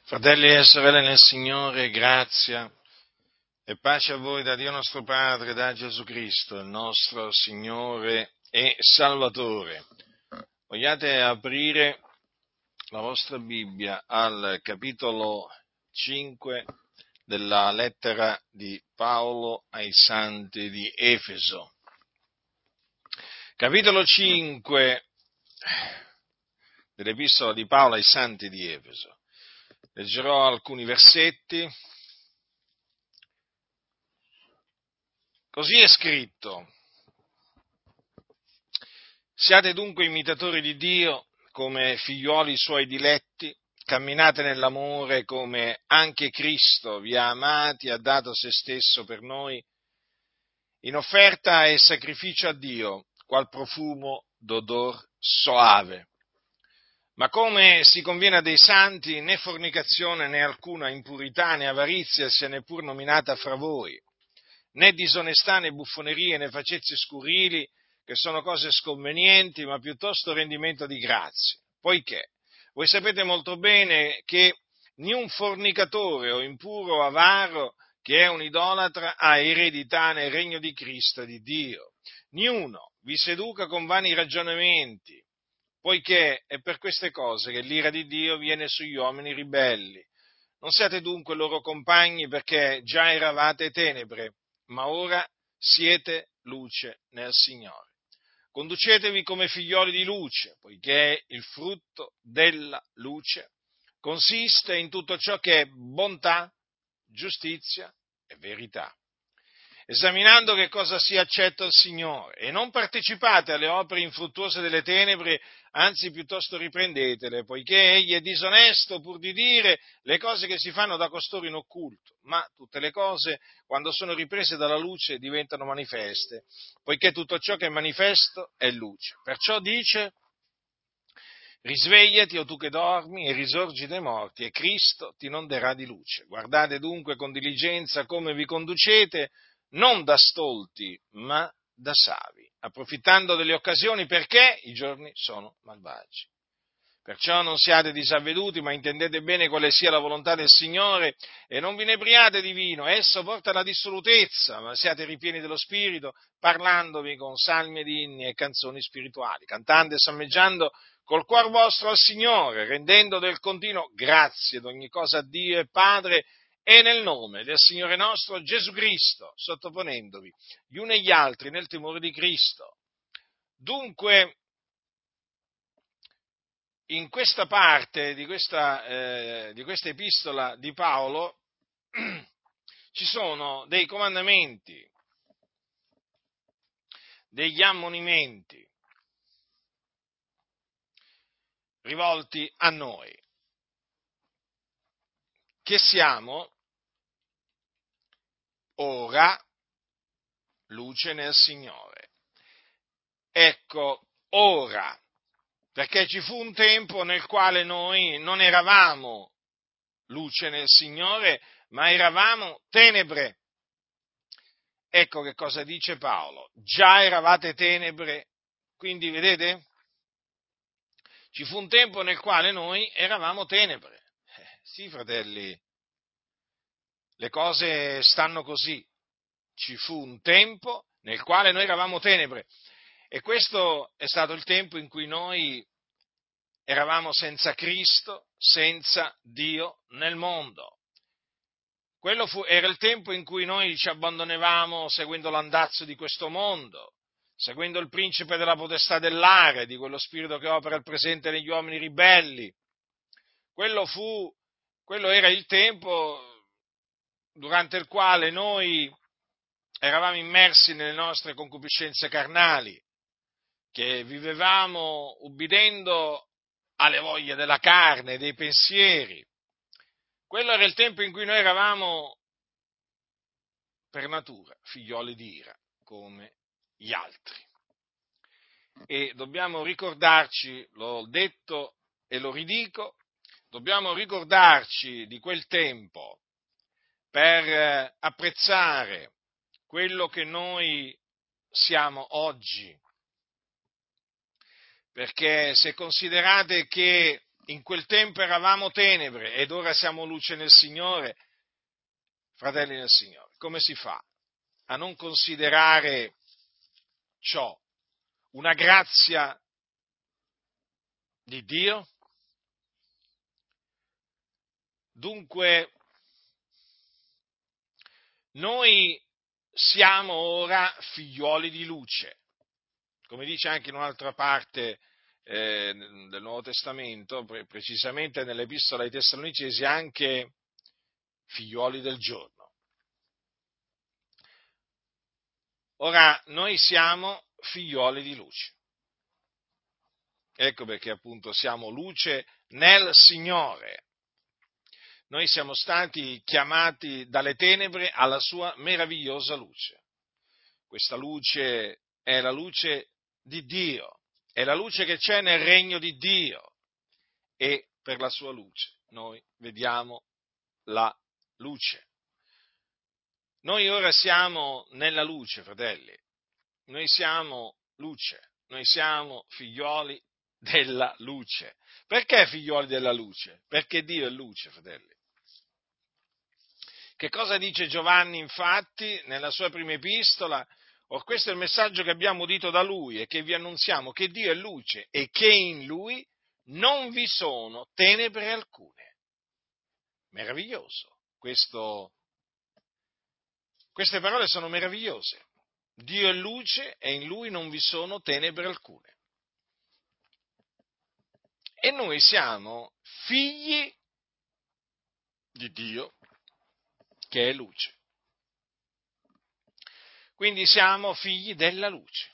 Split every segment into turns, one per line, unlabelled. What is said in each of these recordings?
Fratelli e sorelle nel Signore, grazia e pace a voi da Dio nostro Padre, da Gesù Cristo, il nostro Signore e Salvatore. Vogliate aprire la vostra Bibbia al capitolo 5 della lettera di Paolo ai Santi di Efeso. Capitolo 5 dell'Epistola di Paolo ai Santi di Efeso. Leggerò alcuni versetti. Così è scritto: siate dunque imitatori di Dio come figliuoli suoi diletti, camminate nell'amore come anche Cristo vi ha amati e ha dato se stesso per noi, in offerta e sacrificio a Dio, qual profumo d'odor soave. Ma come si conviene a dei santi, né fornicazione, né alcuna impurità, né avarizia sia neppur nominata fra voi, né disonestà, né buffonerie, né facezie scurrili, che sono cose sconvenienti, ma piuttosto rendimento di grazie, poiché voi sapete molto bene che niun fornicatore o impuro o avaro, che è un idolatra, ha eredità nel regno di Cristo e di Dio. Niuno vi seduca con vani ragionamenti, poiché è per queste cose che l'ira di Dio viene sugli uomini ribelli. Non siate dunque loro compagni, perché già eravate tenebre, ma ora siete luce nel Signore. Conducetevi come figlioli di luce, poiché il frutto della luce consiste in tutto ciò che è bontà, giustizia e verità, esaminando che cosa sia accetto al Signore, e non partecipate alle opere infruttuose delle tenebre, anzi piuttosto riprendetele, poiché egli è disonesto pur di dire le cose che si fanno da costoro in occulto, ma tutte le cose, quando sono riprese dalla luce, diventano manifeste, poiché tutto ciò che è manifesto è luce. Perciò dice: risvegliati, o tu che dormi, e risorgi dai morti, e Cristo ti inonderà di luce. Guardate dunque con diligenza come vi conducete, non da stolti, ma da savi, approfittando delle occasioni, perché i giorni sono malvagi. Perciò non siate disavveduti, ma intendete bene quale sia la volontà del Signore, e non vi inebriate di vino, esso porta alla dissolutezza, ma siate ripieni dello Spirito, parlandovi con salmi ed inni e canzoni spirituali, cantando e salmeggiando col cuor vostro al Signore, rendendo del continuo grazie ad ogni cosa a Dio e Padre, e nel nome del Signore nostro Gesù Cristo, sottoponendovi gli uni agli altri nel timore di Cristo. Dunque, in questa parte di questa epistola di Paolo ci sono dei comandamenti, degli ammonimenti rivolti a noi, che siamo ora luce nel Signore. Ecco, ora, perché ci fu un tempo nel quale noi non eravamo luce nel Signore, ma eravamo tenebre. Ecco che cosa dice Paolo: già eravate tenebre, quindi vedete? Ci fu un tempo nel quale noi eravamo tenebre. Sì, fratelli, le cose stanno così. Ci fu un tempo nel quale noi eravamo tenebre, e questo è stato il tempo in cui noi eravamo senza Cristo, senza Dio nel mondo. Era il tempo in cui noi ci abbandonavamo seguendo l'andazzo di questo mondo, seguendo il principe della potestà dell'aria, di quello spirito che opera il presente negli uomini ribelli. Quello era il tempo durante il quale noi eravamo immersi nelle nostre concupiscenze carnali, che vivevamo ubbidendo alle voglie della carne, dei pensieri. Quello era il tempo in cui noi eravamo per natura figlioli di ira, come gli altri. E dobbiamo ricordarci, l'ho detto e lo ridico, dobbiamo ricordarci di quel tempo per apprezzare quello che noi siamo oggi. Perché se considerate che in quel tempo eravamo tenebre ed ora siamo luce nel Signore, fratelli nel Signore, come si fa a non considerare ciò una grazia di Dio? Dunque, noi siamo ora figlioli di luce, come dice anche in un'altra parte del Nuovo Testamento, precisamente nell'Epistola ai Tessalonicesi, anche figlioli del giorno. Ora, noi siamo figlioli di luce. Ecco perché appunto siamo luce nel Signore. Noi siamo stati chiamati dalle tenebre alla sua meravigliosa luce. Questa luce è la luce di Dio, è la luce che c'è nel regno di Dio e per la sua luce noi vediamo la luce. Noi ora siamo nella luce, fratelli, noi siamo luce, noi siamo figlioli della luce. Perché figlioli della luce? Perché Dio è luce, fratelli. Che cosa dice Giovanni infatti nella sua prima epistola? Or questo è il messaggio che abbiamo udito da lui e che vi annunziamo, che Dio è luce e che in lui non vi sono tenebre alcune. Meraviglioso. Queste parole sono meravigliose. Dio è luce e in lui non vi sono tenebre alcune. E noi siamo figli di Dio, che è luce. Quindi siamo figli della luce.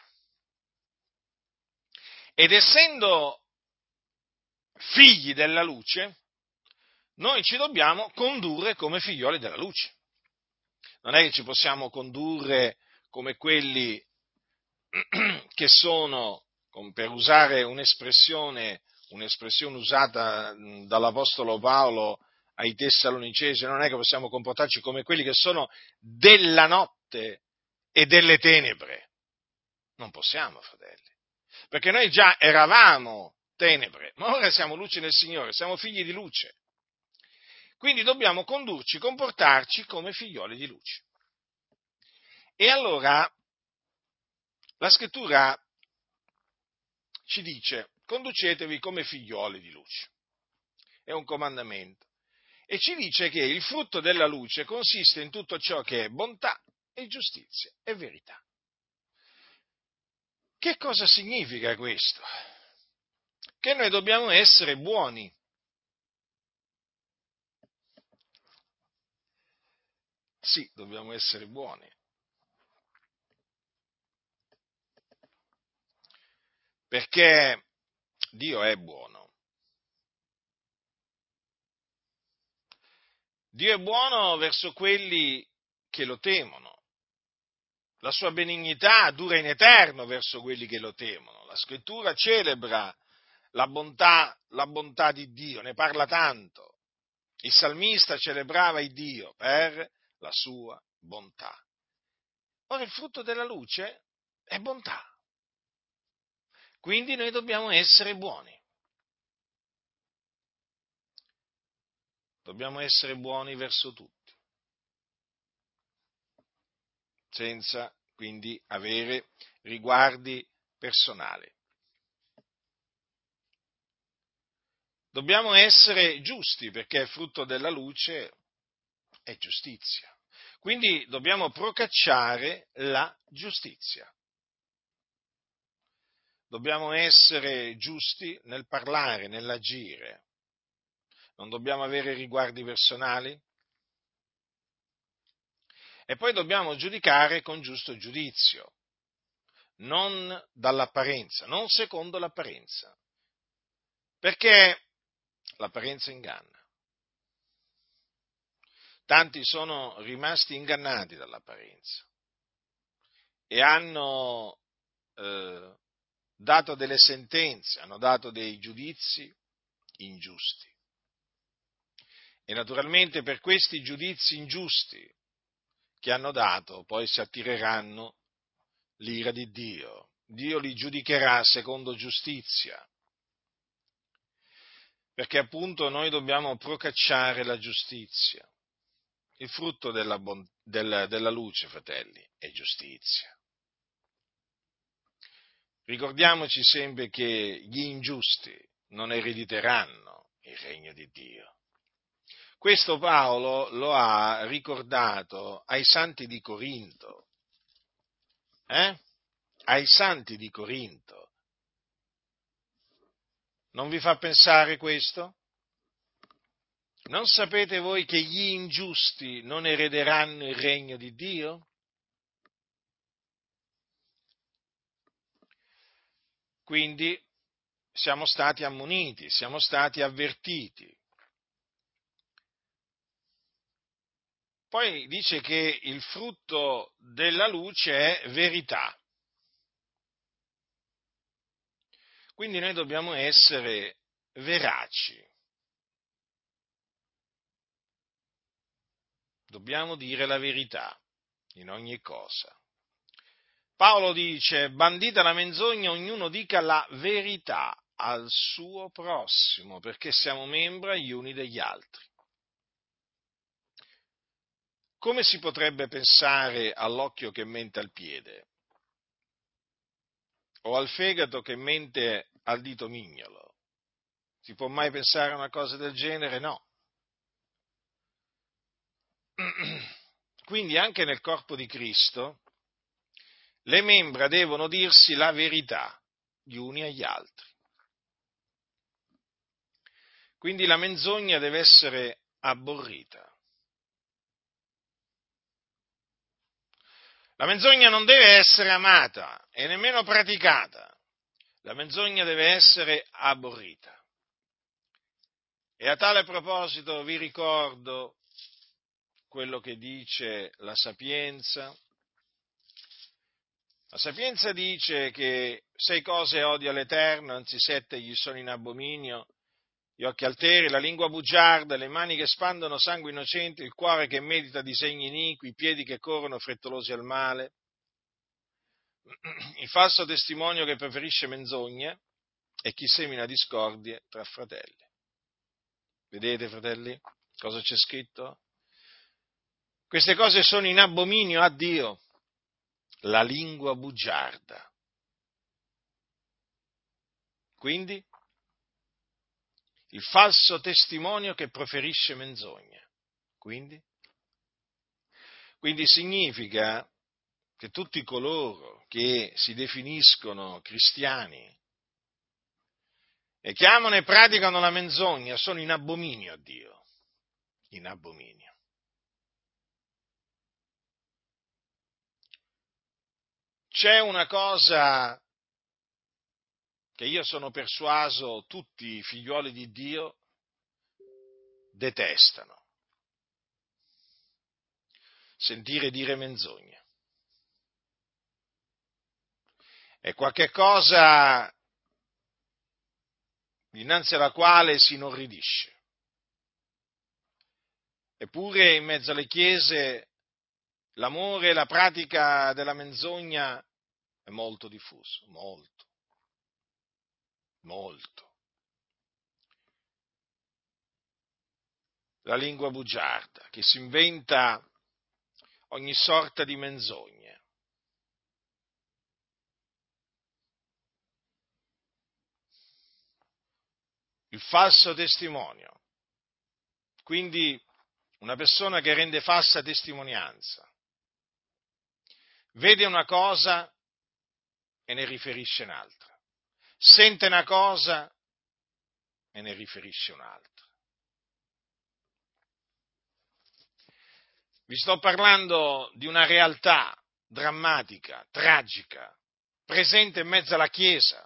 Ed essendo figli della luce, noi ci dobbiamo condurre come figlioli della luce. Non è che ci possiamo condurre come quelli che sono, per usare un'espressione usata dall'Apostolo Paolo ai Tessalonicesi, non è che possiamo comportarci come quelli che sono della notte e delle tenebre. Non possiamo, fratelli, perché noi già eravamo tenebre, ma ora siamo luce nel Signore, siamo figli di luce. Quindi dobbiamo comportarci come figlioli di luce. E allora la Scrittura ci dice: conducetevi come figlioli di luce. È un comandamento. E ci dice che il frutto della luce consiste in tutto ciò che è bontà e giustizia e verità. Che cosa significa questo? Che noi dobbiamo essere buoni. Sì, dobbiamo essere buoni. Perché Dio è buono. Dio è buono verso quelli che lo temono. La sua benignità dura in eterno verso quelli che lo temono. La Scrittura celebra la bontà di Dio, ne parla tanto. Il salmista celebrava il Dio per la sua bontà. Ora il frutto della luce è bontà. Quindi noi dobbiamo essere buoni. Dobbiamo essere buoni verso tutti, senza quindi avere riguardi personali. Dobbiamo essere giusti, perché il frutto della luce è giustizia. Quindi dobbiamo procacciare la giustizia. Dobbiamo essere giusti nel parlare, nell'agire. Non dobbiamo avere riguardi personali. E poi dobbiamo giudicare con giusto giudizio, non dall'apparenza, non secondo l'apparenza. Perché l'apparenza inganna. Tanti sono rimasti ingannati dall'apparenza e hanno dato delle sentenze, hanno dato dei giudizi ingiusti. E naturalmente per questi giudizi ingiusti che hanno dato, poi si attireranno l'ira di Dio. Dio li giudicherà secondo giustizia. perché appunto noi dobbiamo procacciare la giustizia. Il frutto della luce, fratelli, è giustizia. Ricordiamoci sempre che gli ingiusti non erediteranno il regno di Dio. Questo Paolo lo ha ricordato ai santi di Corinto, ai santi di Corinto. Non vi fa pensare questo? Non sapete voi che gli ingiusti non erederanno il regno di Dio? Quindi siamo stati ammoniti, siamo stati avvertiti. Poi dice che il frutto della luce è verità. Quindi noi dobbiamo essere veraci. Dobbiamo dire la verità in ogni cosa. Paolo dice: bandita la menzogna, ognuno dica la verità al suo prossimo, perché siamo membra gli uni degli altri. Come si potrebbe pensare all'occhio che mente al piede? O al fegato che mente al dito mignolo? Si può mai pensare a una cosa del genere? No. Quindi anche nel corpo di Cristo le membra devono dirsi la verità gli uni agli altri. Quindi la menzogna deve essere abborrita. La menzogna non deve essere amata e nemmeno praticata. La menzogna deve essere abborrita. E a tale proposito vi ricordo quello che dice la Sapienza. La Sapienza dice che 6 cose odia l'Eterno, anzi 7 gli sono in abominio: gli occhi alteri, la lingua bugiarda, le mani che spandono sangue innocente, il cuore che medita disegni iniqui, i piedi che corrono frettolosi al male, il falso testimonio che preferisce menzogne e chi semina discordie tra fratelli. Vedete, fratelli, cosa c'è scritto? Queste cose sono in abominio a Dio. La lingua bugiarda. Quindi il falso testimonio che proferisce menzogna. Quindi significa che tutti coloro che si definiscono cristiani e che amano e praticano la menzogna sono in abominio a Dio. In abominio. C'è una cosa che io sono persuaso tutti i figlioli di Dio detestano: sentire dire menzogna. È qualche cosa dinanzi alla quale si inorridisce. Eppure in mezzo alle chiese l'amore e la pratica della menzogna è molto diffuso, molto, molto. La lingua bugiarda, che si inventa ogni sorta di menzogne. Il falso testimonio. Quindi una persona che rende falsa testimonianza vede una cosa e ne riferisce un'altra, sente una cosa e ne riferisce un'altra. Vi sto parlando di una realtà drammatica, tragica, presente in mezzo alla Chiesa.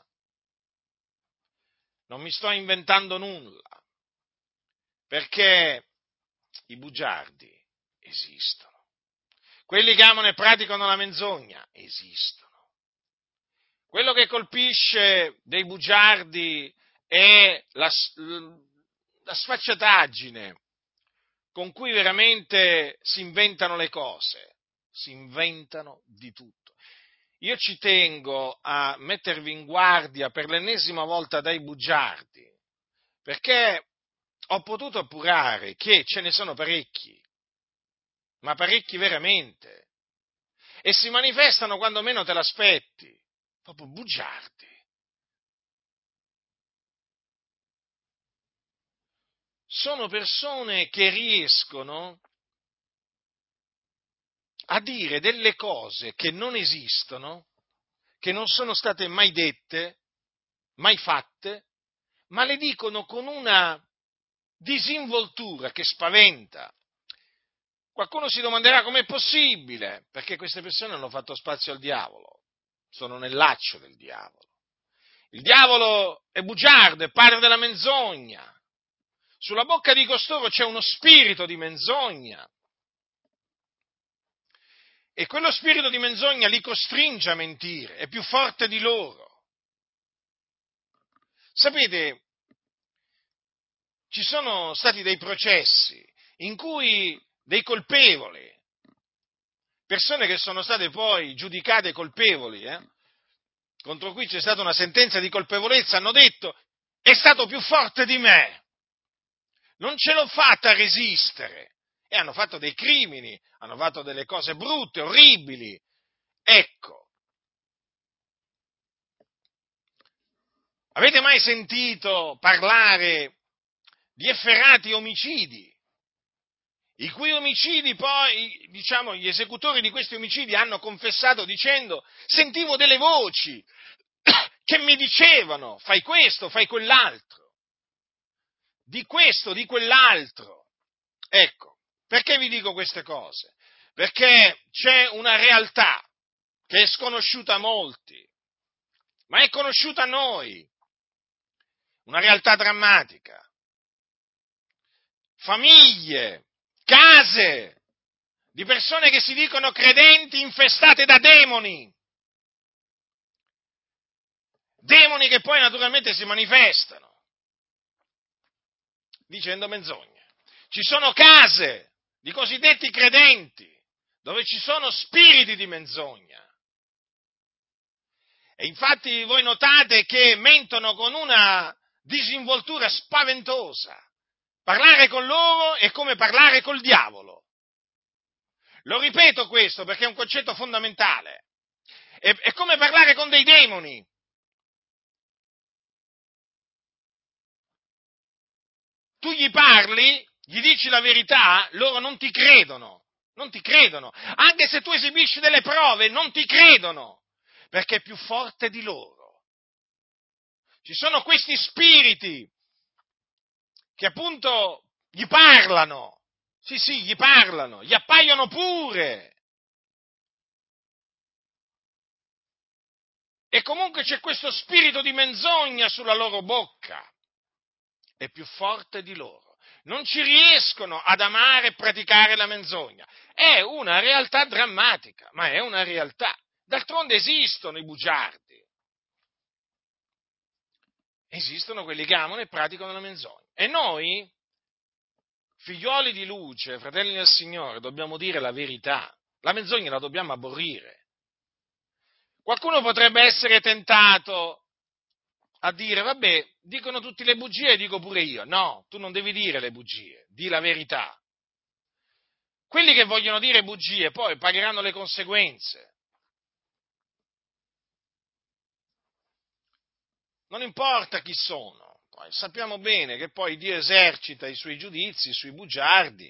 Non mi sto inventando nulla, perché i bugiardi esistono. Quelli che amano e praticano la menzogna esistono. Quello che colpisce dei bugiardi è la sfacciataggine con cui veramente si inventano le cose, si inventano di tutto. Io ci tengo a mettervi in guardia per l'ennesima volta dai bugiardi, perché ho potuto appurare che ce ne sono parecchi, ma parecchi veramente, e si manifestano quando meno te l'aspetti, proprio bugiardi. Sono persone che riescono a dire delle cose che non esistono, che non sono state mai dette, mai fatte, ma le dicono con una disinvoltura che spaventa. Qualcuno si domanderà com'è possibile, perché queste persone hanno fatto spazio al diavolo, sono nel laccio del diavolo. Il diavolo è bugiardo, è padre della menzogna. Sulla bocca di costoro c'è uno spirito di menzogna. E quello spirito di menzogna li costringe a mentire, è più forte di loro. Sapete, ci sono stati dei processi in cui dei colpevoli, persone che sono state poi giudicate colpevoli, contro cui c'è stata una sentenza di colpevolezza, hanno detto: è stato più forte di me, non ce l'ho fatta a resistere. E hanno fatto dei crimini, hanno fatto delle cose brutte, orribili. Ecco, avete mai sentito parlare di efferati omicidi? I cui omicidi poi, gli esecutori di questi omicidi hanno confessato dicendo: sentivo delle voci che mi dicevano fai questo, fai quell'altro, di questo, di quell'altro. Ecco, perché vi dico queste cose? Perché c'è una realtà che è sconosciuta a molti, ma è conosciuta a noi, una realtà drammatica. Famiglie, case di persone che si dicono credenti infestate da demoni che poi naturalmente si manifestano dicendo menzogne. Ci sono case di cosiddetti credenti dove ci sono spiriti di menzogna. E infatti voi notate che mentono con una disinvoltura spaventosa. Parlare con loro è come parlare col diavolo. Lo ripeto questo perché è un concetto fondamentale. È come parlare con dei demoni. Tu gli parli, gli dici la verità, loro non ti credono. Non ti credono. Anche se tu esibisci delle prove, non ti credono. Perché è più forte di loro. Ci sono questi spiriti che appunto gli parlano. Sì, gli parlano, gli appaiono pure. E comunque c'è questo spirito di menzogna sulla loro bocca. È più forte di loro. Non ci riescono ad amare e praticare la menzogna. È una realtà drammatica, ma è una realtà. D'altronde esistono i bugiardi. Esistono quelli che amano e praticano la menzogna. E noi, figlioli di luce, fratelli del Signore, dobbiamo dire la verità. La menzogna la dobbiamo aborrire. Qualcuno potrebbe essere tentato a dire: vabbè, dicono tutti le bugie, dico pure io. No, tu non devi dire le bugie, di la verità. Quelli che vogliono dire bugie poi pagheranno le conseguenze. Non importa chi sono, poi sappiamo bene che poi Dio esercita i suoi giudizi sui bugiardi.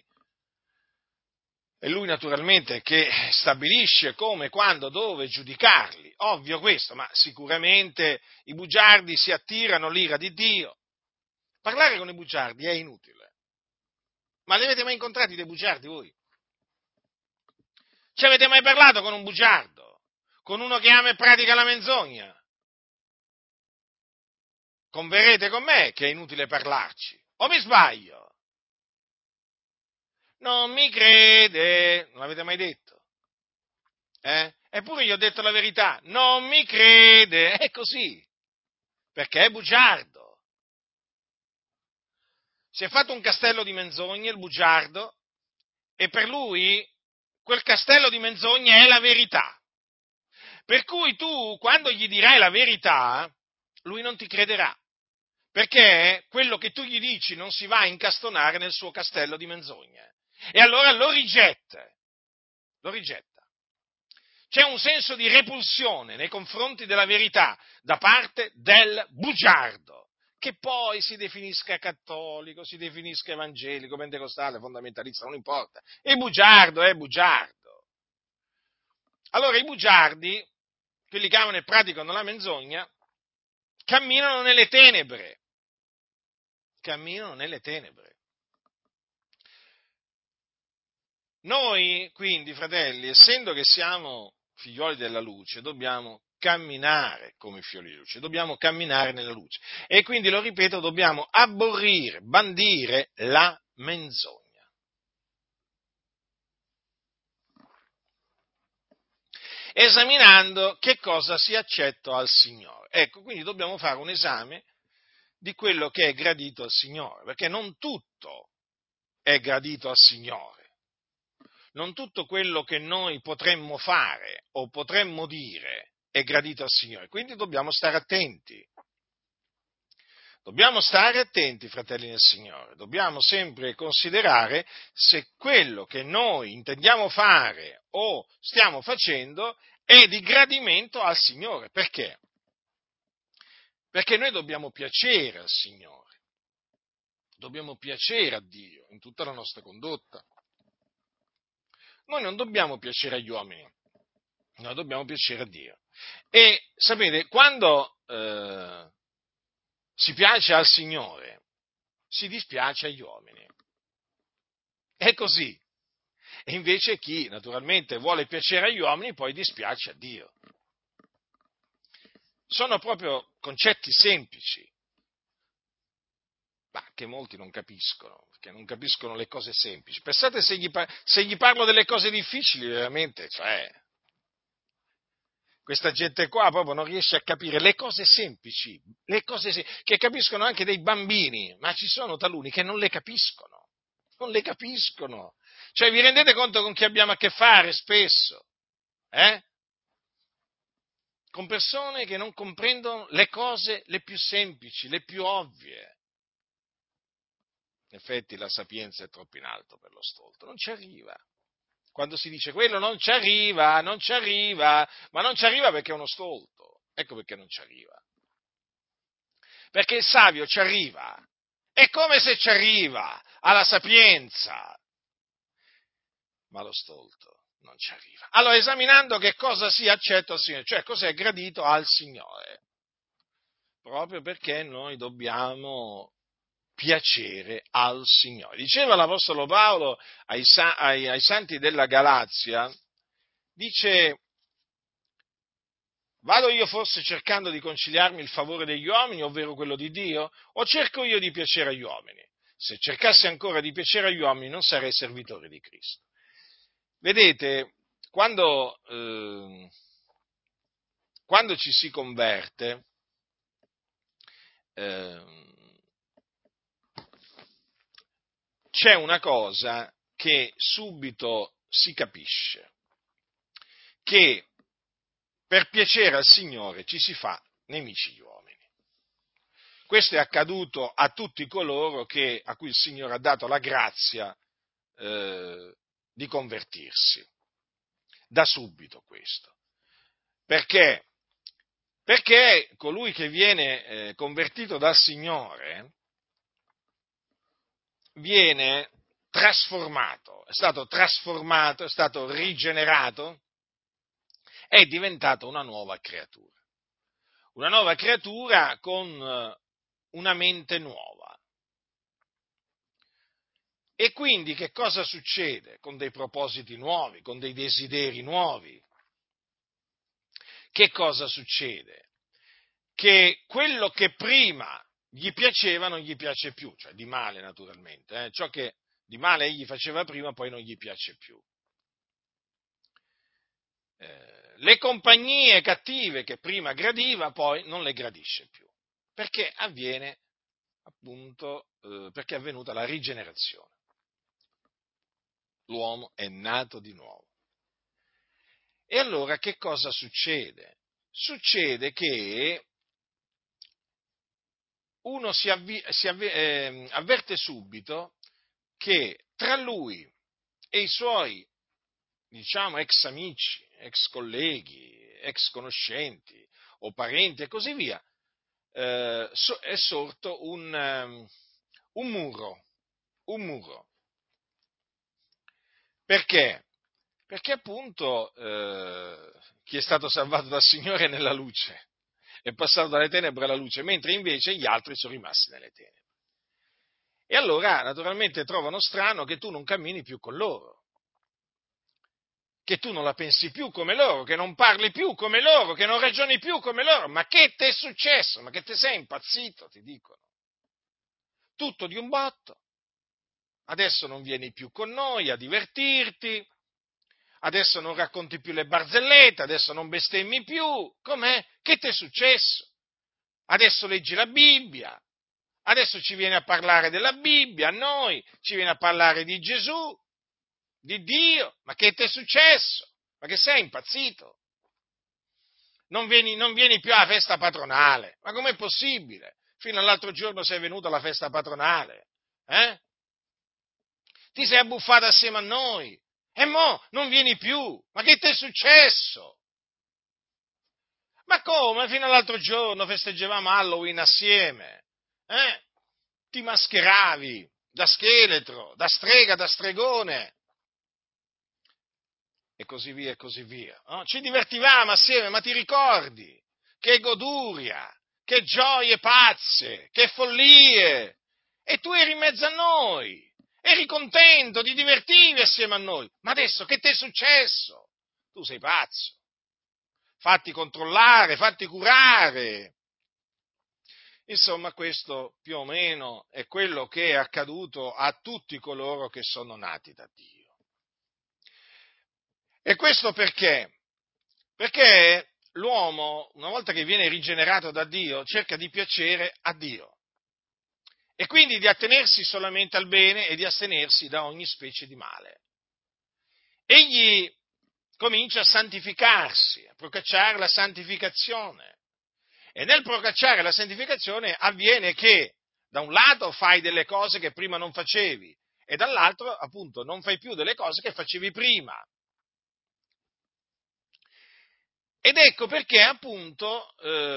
E lui naturalmente che stabilisce come, quando, dove giudicarli. Ovvio questo, ma sicuramente i bugiardi si attirano l'ira di Dio. Parlare con i bugiardi è inutile. Ma li avete mai incontrati dei bugiardi voi? Ci avete mai parlato con un bugiardo? Con uno che ama e pratica la menzogna? Converrete con me che è inutile parlarci. O mi sbaglio? Non mi crede, non l'avete mai detto? Eppure gli ho detto la verità, non mi crede, è così, perché è bugiardo. Si è fatto un castello di menzogne, il bugiardo, e per lui quel castello di menzogne è la verità. Per cui tu, quando gli dirai la verità, lui non ti crederà, perché quello che tu gli dici non si va a incastonare nel suo castello di menzogne. E allora lo rigetta, lo rigetta. C'è un senso di repulsione nei confronti della verità da parte del bugiardo, che poi si definisca cattolico, si definisca evangelico, pentecostale, fondamentalista, non importa. Il bugiardo è bugiardo. Allora i bugiardi, quelli che amano e praticano la menzogna, camminano nelle tenebre. Camminano nelle tenebre. Noi, quindi, fratelli, essendo che siamo figlioli della luce, dobbiamo camminare come figlioli di luce, dobbiamo camminare nella luce. E quindi, lo ripeto, dobbiamo aborrire, bandire la menzogna. Esaminando che cosa sia accetto al Signore. Ecco, quindi dobbiamo fare un esame di quello che è gradito al Signore, perché non tutto è gradito al Signore. Non tutto quello che noi potremmo fare o potremmo dire è gradito al Signore, quindi dobbiamo stare attenti. Dobbiamo stare attenti, fratelli del Signore, dobbiamo sempre considerare se quello che noi intendiamo fare o stiamo facendo è di gradimento al Signore. Perché? Perché noi dobbiamo piacere al Signore, dobbiamo piacere a Dio in tutta la nostra condotta. Noi non dobbiamo piacere agli uomini, noi dobbiamo piacere a Dio. E sapete, quando si piace al Signore, si dispiace agli uomini. È così. E invece chi naturalmente vuole piacere agli uomini poi dispiace a Dio. Sono proprio concetti semplici, ma che molti non capiscono, perché non capiscono le cose semplici. Pensate se gli parlo delle cose difficili, veramente, cioè, questa gente qua proprio non riesce a capire le cose semplici, che capiscono anche dei bambini, ma ci sono taluni che non le capiscono, non le capiscono. Cioè, vi rendete conto con chi abbiamo a che fare spesso? Con persone che non comprendono le cose le più semplici, le più ovvie. In effetti la sapienza è troppo in alto per lo stolto, non ci arriva. Quando si dice quello non ci arriva, ma non ci arriva perché è uno stolto. Ecco perché non ci arriva. Perché il savio ci arriva. È come se ci arriva alla sapienza, ma lo stolto non ci arriva. Allora, esaminando che cosa sia accetto al Signore, cioè cosa è gradito al Signore, proprio perché noi dobbiamo piacere al Signore. Diceva l'Apostolo Paolo ai santi della Galazia, dice: vado io forse cercando di conciliarmi il favore degli uomini, ovvero quello di Dio, o cerco io di piacere agli uomini? Se cercassi ancora di piacere agli uomini non sarei servitore di Cristo. Vedete, quando ci si converte, c'è una cosa che subito si capisce, che per piacere al Signore ci si fa nemici gli uomini. Questo è accaduto a tutti coloro a cui il Signore ha dato la grazia di convertirsi. Da subito questo. Perché? Perché colui che viene convertito dal Signore viene trasformato, è stato rigenerato, è diventato una nuova creatura con una mente nuova. E quindi che cosa succede? Con dei propositi nuovi, con dei desideri nuovi. Che cosa succede? Che quello che prima gli piaceva non gli piace più, cioè di male naturalmente, ciò che di male egli faceva prima poi non gli piace più. Le compagnie cattive che prima gradiva poi non le gradisce più, perché avviene appunto, perché è avvenuta la rigenerazione. L'uomo è nato di nuovo. E allora che cosa succede? Succede che uno avverte subito che tra lui e i suoi, diciamo, ex amici, ex colleghi, ex conoscenti o parenti e così via, è sorto un muro. Perché? Perché appunto chi è stato salvato dal Signore è nella luce, è passato dalle tenebre alla luce, mentre invece gli altri sono rimasti nelle tenebre. E allora naturalmente trovano strano che tu non cammini più con loro, che tu non la pensi più come loro, che non parli più come loro, che non ragioni più come loro. Ma che ti è successo? Ma che te sei impazzito? Ti dicono. Tutto di un botto. Adesso non vieni più con noi a divertirti, adesso non racconti più le barzellette, adesso non bestemmi più. Com'è? Che ti è successo? Adesso leggi la Bibbia, adesso ci vieni a parlare della Bibbia, a noi, ci vieni a parlare di Gesù, di Dio. Ma che ti è successo? Ma che sei impazzito? Non vieni più alla festa patronale. Ma com'è possibile? Fino all'altro giorno sei venuto alla festa patronale. Ti sei abbuffato assieme a noi. E mo non vieni più. Ma che ti è successo? Ma come? Fino all'altro giorno festeggiavamo Halloween assieme. Ti mascheravi da scheletro, da strega, da stregone. E così via, e così via. No? Ci divertivamo assieme, ma ti ricordi? Che goduria, che gioie pazze, che follie! E tu eri in mezzo a noi, eri contento, ti divertivi assieme a noi. Ma adesso che ti è successo? Tu sei pazzo. Fatti controllare, fatti curare. Insomma, questo più o meno è quello che è accaduto a tutti coloro che sono nati da Dio. E questo perché? Perché l'uomo, una volta che viene rigenerato da Dio, cerca di piacere a Dio e quindi di attenersi solamente al bene e di astenersi da ogni specie di male. Egli comincia a santificarsi, a procacciare la santificazione. E nel procacciare la santificazione avviene che da un lato fai delle cose che prima non facevi e dall'altro appunto non fai più delle cose che facevi prima. Ed ecco perché appunto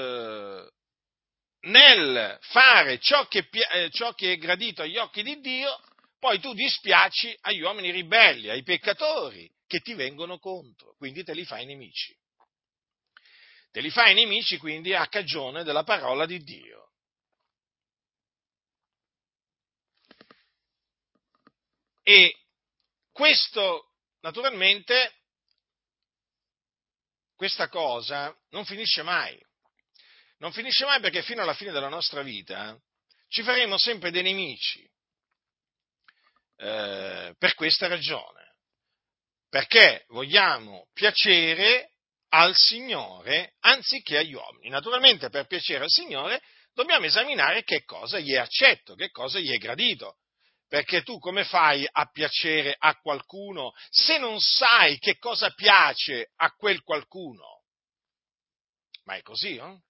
nel fare ciò che è gradito agli occhi di Dio, poi tu dispiaci agli uomini ribelli, ai peccatori che ti vengono contro, quindi te li fai nemici. Te li fai nemici quindi a cagione della parola di Dio. E questo, naturalmente, questa cosa non finisce mai. Non finisce mai perché fino alla fine della nostra vita ci faremo sempre dei nemici. Per questa ragione. Perché vogliamo piacere al Signore anziché agli uomini. Naturalmente per piacere al Signore dobbiamo esaminare che cosa gli è accetto, che cosa gli è gradito. Perché tu come fai a piacere a qualcuno se non sai che cosa piace a quel qualcuno? Ma è così, no?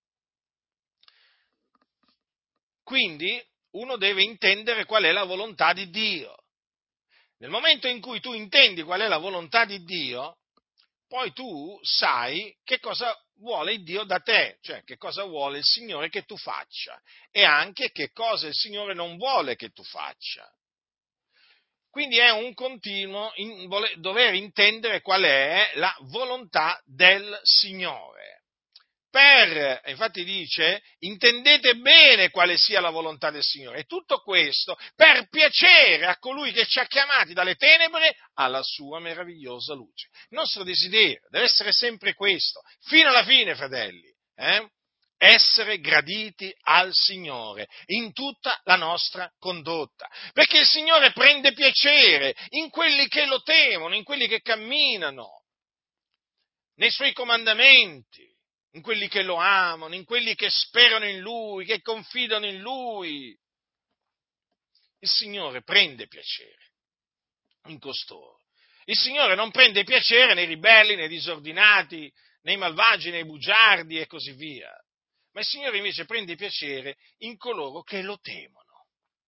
Quindi uno deve intendere qual è la volontà di Dio. Nel momento in cui tu intendi qual è la volontà di Dio, poi tu sai che cosa vuole Dio da te, cioè che cosa vuole il Signore che tu faccia e anche che cosa il Signore non vuole che tu faccia. Quindi è un continuo dover intendere qual è la volontà del Signore. Infatti dice, intendete bene quale sia la volontà del Signore, e tutto questo per piacere a colui che ci ha chiamati dalle tenebre alla sua meravigliosa luce. Il nostro desiderio deve essere sempre questo, fino alla fine, fratelli, essere graditi al Signore in tutta la nostra condotta, perché il Signore prende piacere in quelli che lo temono, in quelli che camminano nei Suoi comandamenti, in quelli che lo amano, in quelli che sperano in Lui, che confidano in Lui. Il Signore prende piacere in costoro. Il Signore non prende piacere nei ribelli, nei disordinati, nei malvagi, nei bugiardi e così via. ma il Signore invece prende piacere in coloro che lo temono.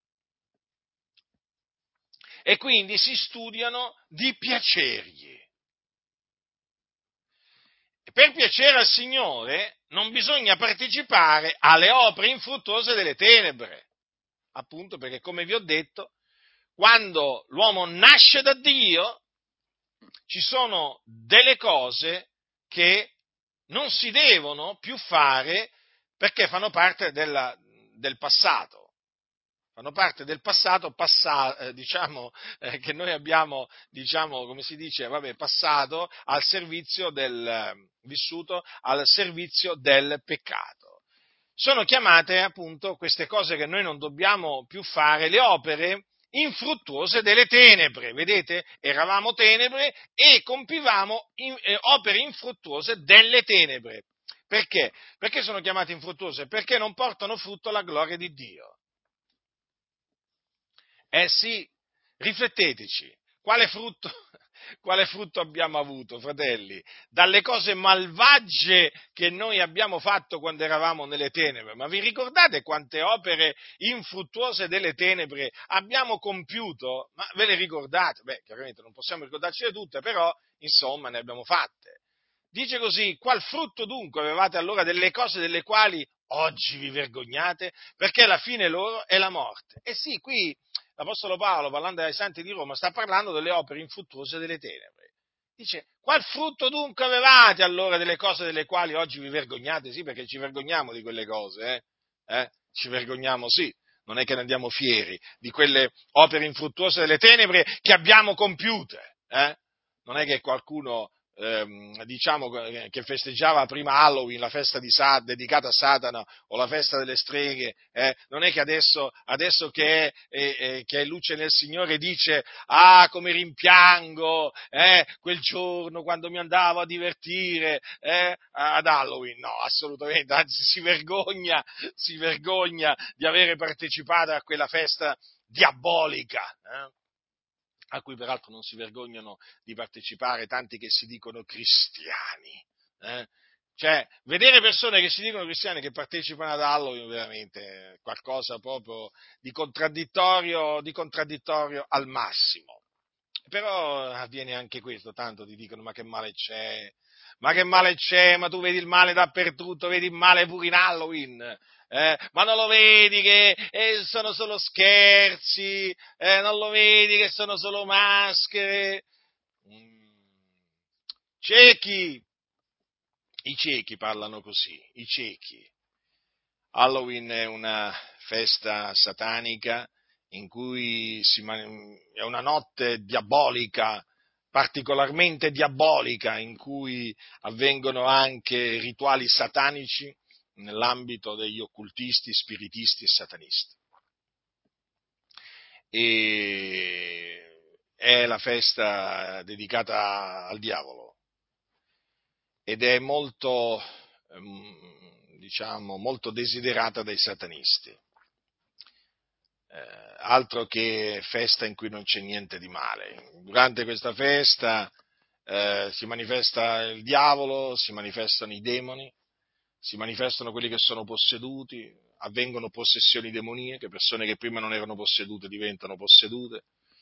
E quindi si studiano di piacergli. E per piacere al Signore non bisogna partecipare alle opere infruttuose delle tenebre, appunto perché, come vi ho detto, quando l'uomo nasce da Dio, ci sono delle cose che non si devono più fare perché fanno parte del passato. Fanno parte del passato, che noi abbiamo, come si dice, passato al servizio vissuto al servizio del peccato. Sono chiamate appunto queste cose che noi non dobbiamo più fare, le opere infruttuose delle tenebre, vedete? Eravamo tenebre e compivamo opere infruttuose delle tenebre. Perché? Perché sono chiamate infruttuose? Perché non portano frutto alla gloria di Dio. Sì, rifletteteci, quale frutto abbiamo avuto, fratelli? Dalle cose malvagie che noi abbiamo fatto quando eravamo nelle tenebre, ma vi ricordate quante opere infruttuose delle tenebre abbiamo compiuto? Ma ve le ricordate? Beh, chiaramente non possiamo ricordarcele tutte, però, insomma, ne abbiamo fatte. Dice così: qual frutto dunque avevate allora delle cose delle quali oggi vi vergognate? Perché la fine loro è la morte. E sì, qui l'Apostolo Paolo, parlando ai santi di Roma, sta parlando delle opere infruttuose delle tenebre. Dice: qual frutto dunque avevate allora delle cose delle quali oggi vi vergognate? Sì, perché ci vergogniamo di quelle cose, Ci vergogniamo, sì. Non è che ne andiamo fieri di quelle opere infruttuose delle tenebre che abbiamo compiute, Non è che qualcuno che festeggiava prima Halloween, la festa dedicata a Satana, o la festa delle streghe, non è che adesso che è luce nel Signore dice: ah, come rimpiango, quel giorno quando mi andavo a divertire, ad Halloween. No, assolutamente, anzi si vergogna di avere partecipato a quella festa diabolica, a cui peraltro non si vergognano di partecipare tanti che si dicono cristiani. Cioè, vedere persone che si dicono cristiani che partecipano ad Halloween veramente è qualcosa proprio di contraddittorio al massimo. Però avviene anche questo, tanto ti dicono: ma che male c'è? Ma che male c'è? Ma tu vedi il male dappertutto, vedi il male pure in Halloween. Ma non lo vedi che sono solo scherzi? Non lo vedi che sono solo maschere? Mm. Ciechi, i ciechi parlano così, i ciechi. Halloween è una festa satanica in cui è una notte diabolica, particolarmente diabolica, in cui avvengono anche rituali satanici nell'ambito degli occultisti, spiritisti e satanisti. E è la festa dedicata al diavolo ed è molto, molto desiderata dai satanisti. Altro che festa in cui non c'è niente di male. Durante questa festa si manifesta il diavolo, si manifestano i demoni, si manifestano quelli che sono posseduti, avvengono possessioni demoniache, persone che prima non erano possedute diventano possedute,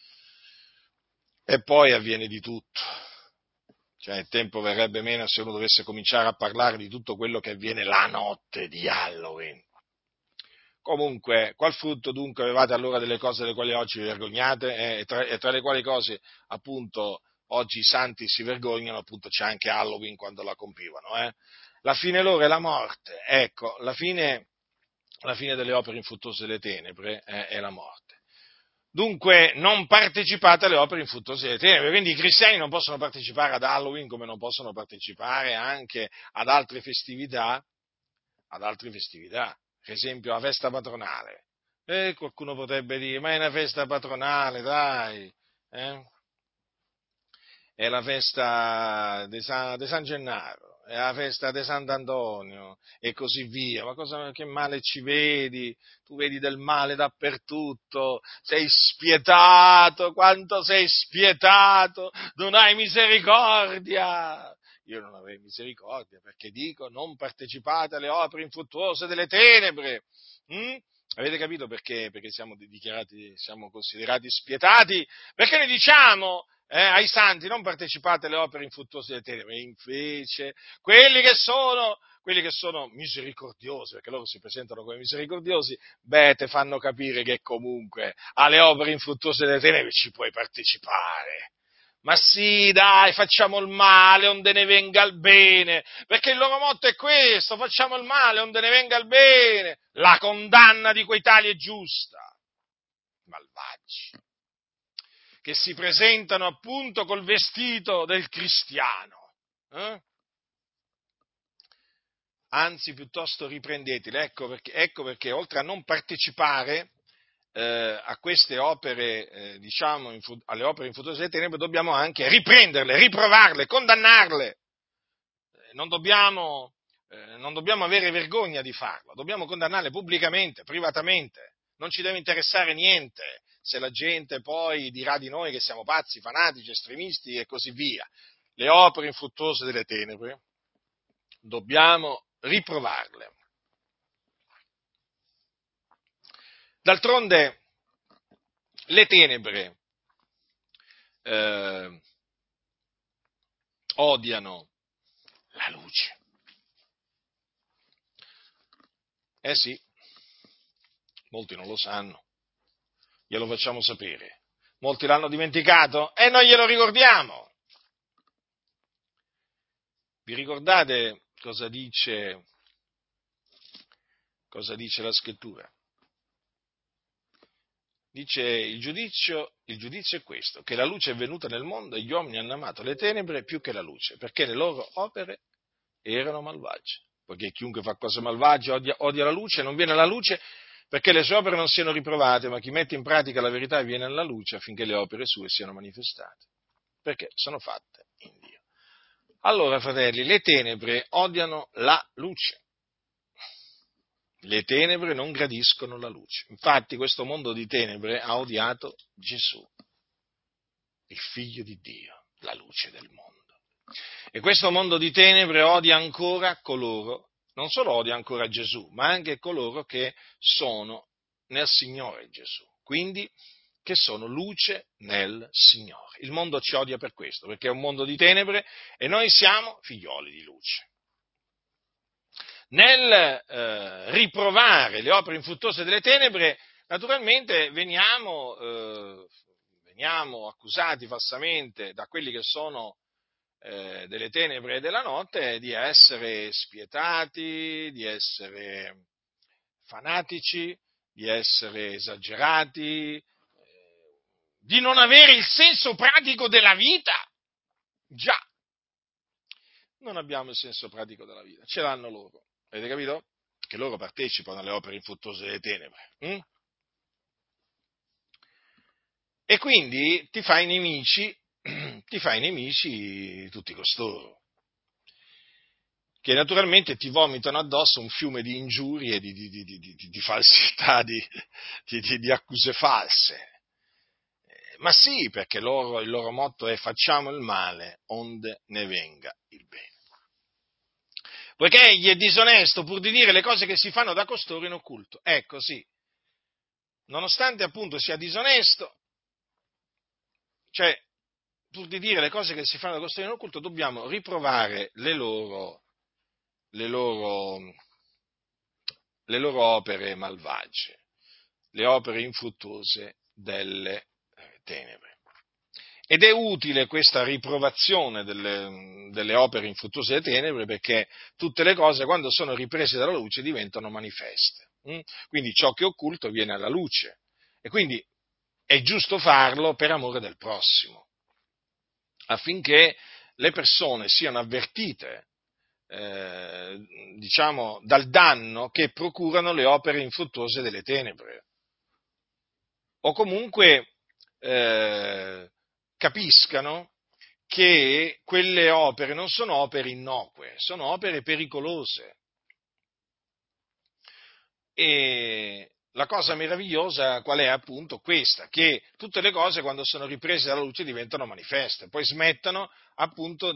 e poi avviene di tutto. Cioè, il tempo verrebbe meno se uno dovesse cominciare a parlare di tutto quello che avviene la notte di Halloween. Comunque, qual frutto dunque avevate allora delle cose delle quali oggi vi vergognate? E tra le quali cose, appunto, oggi i santi si vergognano, appunto, c'è anche Halloween quando la compivano, La fine loro è la morte. Ecco, la fine delle opere infruttuose delle tenebre è la morte. Dunque, non partecipate alle opere infruttuose delle tenebre. Quindi i cristiani non possono partecipare ad Halloween, come non possono partecipare anche ad altre festività, per esempio la festa patronale. E qualcuno potrebbe dire: ma è una festa patronale, dai, È la festa di San Gennaro, è la festa di Sant'Antonio e così via. Ma che male ci vedi? Tu vedi del male dappertutto, sei spietato, quanto sei spietato, non hai misericordia. io non avrei misericordia, perché dico non partecipate alle opere infruttuose delle tenebre. Mm? Avete capito perché siamo considerati spietati? Perché noi diciamo ai santi non partecipate alle opere infruttuose delle tenebre, e invece quelli che sono misericordiosi, perché loro si presentano come misericordiosi, te fanno capire che comunque alle opere infruttuose delle tenebre ci puoi partecipare. Ma sì, dai, facciamo il male onde ne venga il bene, perché il loro motto è questo: facciamo il male onde ne venga il bene. La condanna di quei tali è giusta. Malvagi, che si presentano appunto col vestito del cristiano. Anzi, piuttosto riprendeteli. Ecco perché oltre a non partecipare a queste opere, alle opere infruttuose delle tenebre, dobbiamo anche riprenderle, riprovarle, condannarle. Non dobbiamo avere vergogna di farlo, dobbiamo condannarle pubblicamente, privatamente. Non ci deve interessare niente se la gente poi dirà di noi che siamo pazzi, fanatici, estremisti e così via. Le opere infruttuose delle tenebre dobbiamo riprovarle. D'altronde le tenebre odiano la luce. Eh sì, molti non lo sanno, glielo facciamo sapere. Molti l'hanno dimenticato e noi glielo ricordiamo. Vi ricordate cosa dice la Scrittura? Dice il giudizio è questo, che la luce è venuta nel mondo e gli uomini hanno amato le tenebre più che la luce, perché le loro opere erano malvagie. Poiché chiunque fa cose malvagie odia la luce e non viene alla luce perché le sue opere non siano riprovate, ma chi mette in pratica la verità viene alla luce affinché le opere sue siano manifestate, perché sono fatte in Dio. Allora, fratelli, le tenebre odiano la luce. Le tenebre non gradiscono la luce. Infatti questo mondo di tenebre ha odiato Gesù, il Figlio di Dio, la luce del mondo. E questo mondo di tenebre odia ancora coloro, non solo odia ancora Gesù, ma anche coloro che sono nel Signore Gesù, quindi che sono luce nel Signore. Il mondo ci odia per questo, perché è un mondo di tenebre e noi siamo figlioli di luce. Nel riprovare le opere infruttuose delle tenebre, naturalmente veniamo accusati falsamente da quelli che sono delle tenebre e della notte di essere spietati, di essere fanatici, di essere esagerati, di non avere il senso pratico della vita. Già, non abbiamo il senso pratico della vita, ce l'hanno loro. Avete capito? Che loro partecipano alle opere infruttuose delle tenebre. E quindi ti fai nemici tutti costoro, che naturalmente ti vomitano addosso un fiume di ingiurie, di falsità, di accuse false. Ma sì, perché il loro motto è: facciamo il male onde ne venga il bene. Poiché egli è disonesto pur di dire le cose che si fanno da costoro in occulto. Ecco, sì, nonostante appunto sia disonesto, cioè, pur di dire le cose che si fanno da costoro in occulto, dobbiamo riprovare le loro opere malvagie, le opere infruttuose delle tenebre. Ed è utile questa riprovazione delle opere infruttuose delle tenebre, perché tutte le cose, quando sono riprese dalla luce, diventano manifeste. Quindi ciò che è occulto viene alla luce, e quindi è giusto farlo per amore del prossimo, affinché le persone siano avvertite dal danno che procurano le opere infruttuose delle tenebre, o comunque capiscano che quelle opere non sono opere innocue, sono opere pericolose. E la cosa meravigliosa qual è? Appunto questa, che tutte le cose quando sono riprese dalla luce diventano manifeste, poi smettono appunto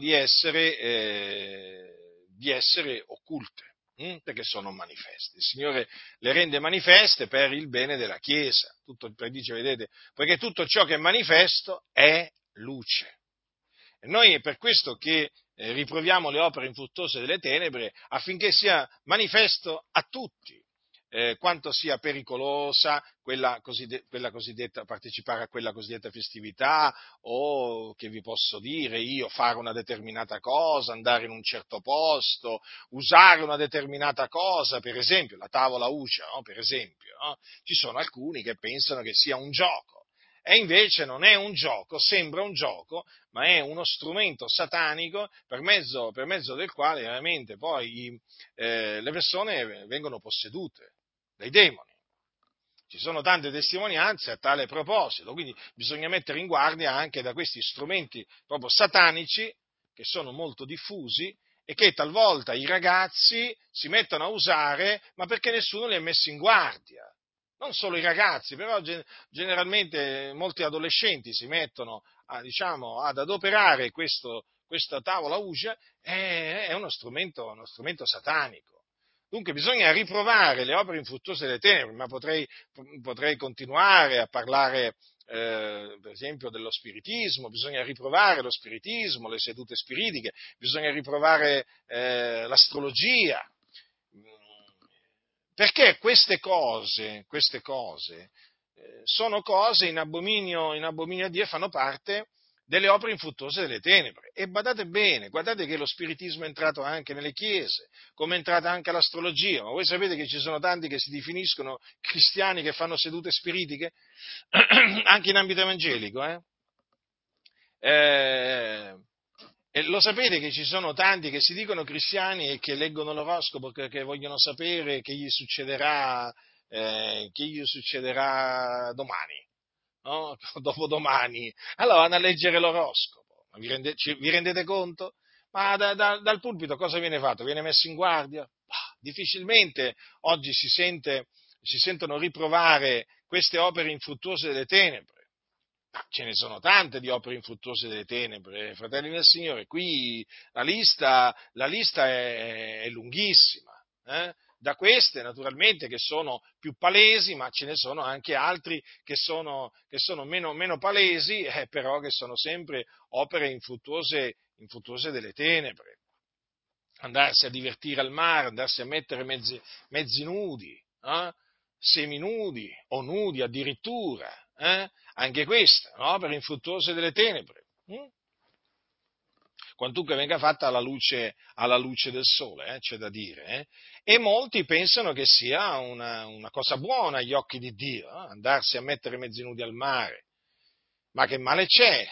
di essere occulte, perché sono manifeste. Il Signore le rende manifeste per il bene della Chiesa. Dice, vedete, poiché tutto ciò che è manifesto è luce. E noi è per questo che riproviamo le opere infruttuose delle tenebre affinché sia manifesto a tutti quanto sia pericolosa quella cosiddetta, partecipare a quella cosiddetta festività, o che vi posso dire io, fare una determinata cosa, andare in un certo posto, usare una determinata cosa, per esempio la tavola Ouija, no? Per esempio, no? Ci sono alcuni che pensano che sia un gioco. E invece non è un gioco, sembra un gioco, ma è uno strumento satanico per mezzo del quale veramente poi le persone vengono possedute dai demoni. Ci sono tante testimonianze a tale proposito, quindi bisogna mettere in guardia anche da questi strumenti proprio satanici che sono molto diffusi e che talvolta i ragazzi si mettono a usare, ma perché nessuno li ha messi in guardia. Non solo i ragazzi, però generalmente molti adolescenti si mettono diciamo, ad adoperare questa tavola Ouija, è uno strumento satanico. Dunque bisogna riprovare le opere infruttuose delle tenebre, ma potrei continuare a parlare per esempio dello spiritismo, bisogna riprovare lo spiritismo, le sedute spiritiche, bisogna riprovare l'astrologia, perché queste cose sono cose in abominio a Dio e fanno parte delle opere infruttuose delle tenebre. E badate bene, guardate che lo spiritismo è entrato anche nelle chiese, come è entrata anche l'astrologia. Ma voi sapete che ci sono tanti che si definiscono cristiani che fanno sedute spiritiche? Anche in ambito evangelico, e lo sapete che ci sono tanti che si dicono cristiani e che leggono l'oroscopo che vogliono sapere che gli succederà domani, no? Dopodomani. Allora vanno a leggere l'oroscopo. Ma vi rendete conto? Ma dal pulpito cosa viene fatto? Viene messo in guardia? Difficilmente oggi si sentono riprovare queste opere infruttuose delle tenebre. Ce ne sono tante di opere infruttuose delle tenebre, fratelli del Signore. Qui la lista è lunghissima. Da queste, naturalmente, che sono più palesi, ma ce ne sono anche altri che sono meno palesi, però che sono sempre opere infruttuose delle tenebre. Andarsi a divertire al mare, andarsi a mettere mezzi nudi, seminudi o nudi addirittura, anche questa, un'opera infruttuosa delle tenebre, quantunque venga fatta alla luce del sole, c'è da dire, e molti pensano che sia una cosa buona agli occhi di Dio, andarsi a mettere mezzi nudi al mare. Ma che male c'è?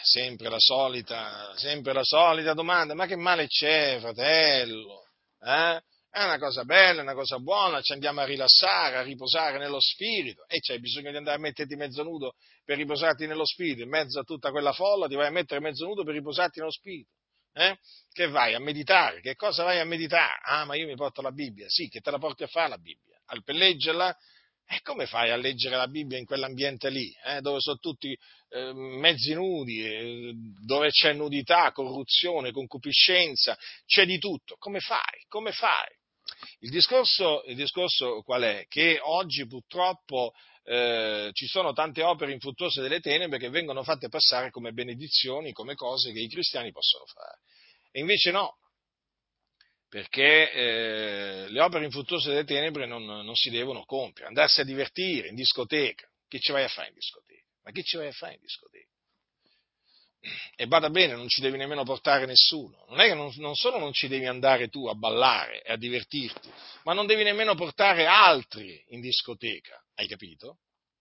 Sempre la solita domanda, ma che male c'è, fratello? È una cosa bella, è una cosa buona, ci andiamo a rilassare, a riposare nello spirito, e c'hai bisogno di andare a metterti mezzo nudo per riposarti nello spirito, in mezzo a tutta quella folla ti vai a mettere mezzo nudo per riposarti nello spirito. Che vai a meditare? Che cosa vai a meditare? Ah, ma io mi porto la Bibbia. Sì, che te la porti a fare la Bibbia? Per leggerla? E come fai a leggere la Bibbia in quell'ambiente lì, dove sono tutti mezzi nudi, dove c'è nudità, corruzione, concupiscenza, c'è di tutto? Come fai? Come fai? Il discorso qual è? Che oggi purtroppo ci sono tante opere infruttuose delle tenebre che vengono fatte passare come benedizioni, come cose che i cristiani possono fare. E invece no, perché le opere infruttuose delle tenebre non si devono compiere, andarsi a divertire in discoteca. Che ci vai a fare in discoteca? Ma che ci vai a fare in discoteca? E bada bene, non ci devi nemmeno portare nessuno. Non è che non solo non ci devi andare tu a ballare e a divertirti, ma non devi nemmeno portare altri in discoteca. Hai capito?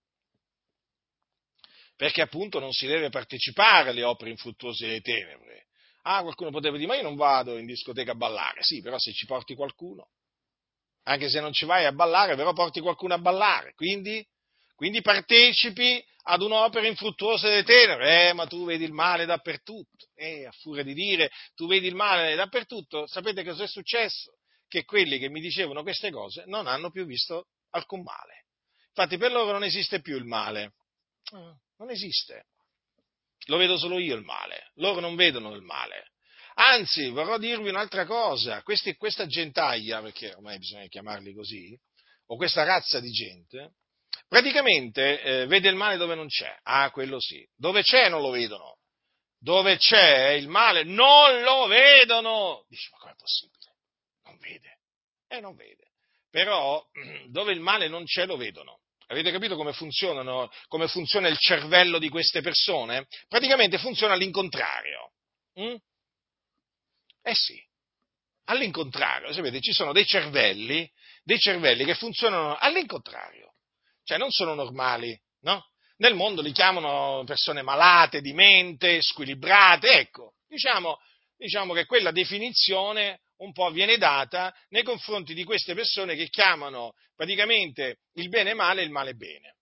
Perché appunto non si deve partecipare alle opere infruttuose delle tenebre. Ah, qualcuno potrebbe dire, ma io non vado in discoteca a ballare. Sì, però se ci porti qualcuno, anche se non ci vai a ballare, però porti qualcuno a ballare, quindi partecipi ad un'opera infruttuosa delle tenebre, ma tu vedi il male dappertutto, a furia di dire tu vedi il male dappertutto, sapete cosa è successo? Che quelli che mi dicevano queste cose non hanno più visto alcun male, Infatti per loro non esiste più il male. Non esiste. Lo vedo solo io il male. Loro non vedono il male. Anzi, vorrò dirvi un'altra cosa. Questa gentaglia, perché ormai bisogna chiamarli così, o questa razza di gente, praticamente vede il male dove non c'è. Ah, quello sì. Dove c'è non lo vedono. Dove c'è il male non lo vedono. Dici, ma com'è possibile? Non vede. Non vede. Però dove il male non c'è lo vedono. Avete capito come funzionano, come funziona il cervello di queste persone? Praticamente funziona all'incontrario. Mm? Sì, all'incontrario. Sapete, ci sono dei cervelli che funzionano all'incontrario. Cioè non sono normali, no? Nel mondo li chiamano persone malate di mente, squilibrate, ecco, diciamo che quella definizione un po' viene data nei confronti di queste persone che chiamano praticamente il bene male e il male bene.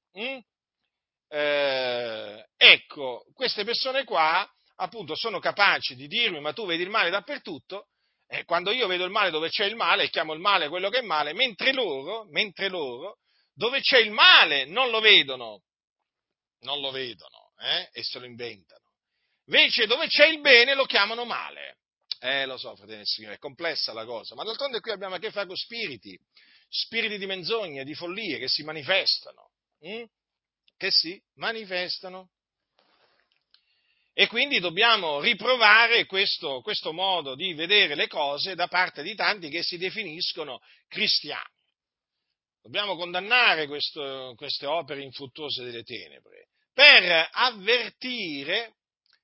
Ecco, queste persone qua appunto sono capaci di dirmi ma tu vedi il male dappertutto, e quando io vedo il male dove c'è il male chiamo il male quello che è male, mentre loro dove c'è il male non lo vedono, e se lo inventano. Invece dove c'è il bene lo chiamano male. Lo so, fratelli del Signore, è complessa la cosa, ma d'altronde qui abbiamo a che fare con spiriti di menzogne, di follie che si manifestano. Che si manifestano. E quindi dobbiamo riprovare questo modo di vedere le cose da parte di tanti che si definiscono cristiani. Dobbiamo condannare queste opere infruttuose delle tenebre per avvertire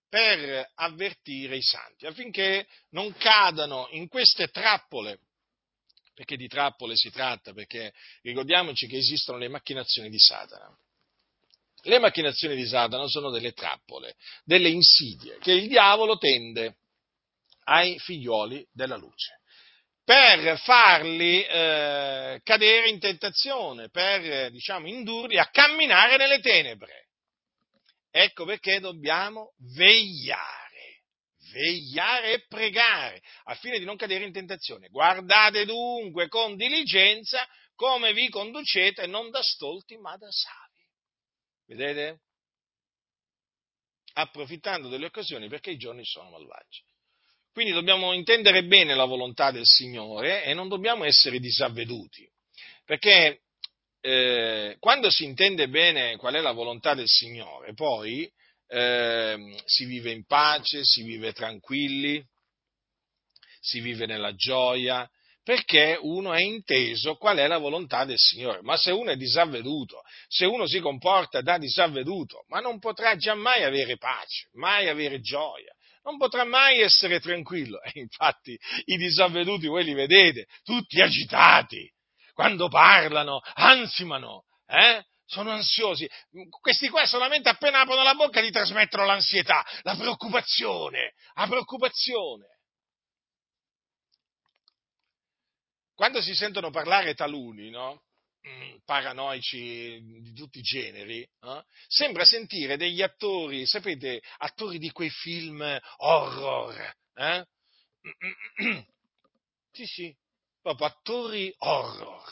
i santi, affinché non cadano in queste trappole, perché di trappole si tratta, perché ricordiamoci che esistono le macchinazioni di Satana. Le macchinazioni di Satana sono delle trappole, delle insidie che il diavolo tende ai figlioli della luce, per farli cadere in tentazione, per indurli a camminare nelle tenebre. Ecco perché dobbiamo vegliare e pregare, al fine di non cadere in tentazione. Guardate dunque con diligenza come vi conducete, non da stolti ma da savi. Vedete? Approfittando delle occasioni perché i giorni sono malvagi. Quindi dobbiamo intendere bene la volontà del Signore e non dobbiamo essere disavveduti, perché quando si intende bene qual è la volontà del Signore, poi si vive in pace, si vive tranquilli, si vive nella gioia, perché uno è inteso qual è la volontà del Signore. Ma se uno è disavveduto, se uno si comporta da disavveduto, ma non potrà giammai avere pace, mai avere gioia, non potrà mai essere tranquillo. E infatti i disavveduti voi li vedete, tutti agitati, quando parlano, ansimano, sono ansiosi. Questi qua solamente appena aprono la bocca ti trasmettono l'ansietà, la preoccupazione. Quando si sentono parlare taluni, no? Paranoici di tutti i generi, sembra sentire degli attori, sapete, attori di quei film horror, Sì, sì, proprio attori horror.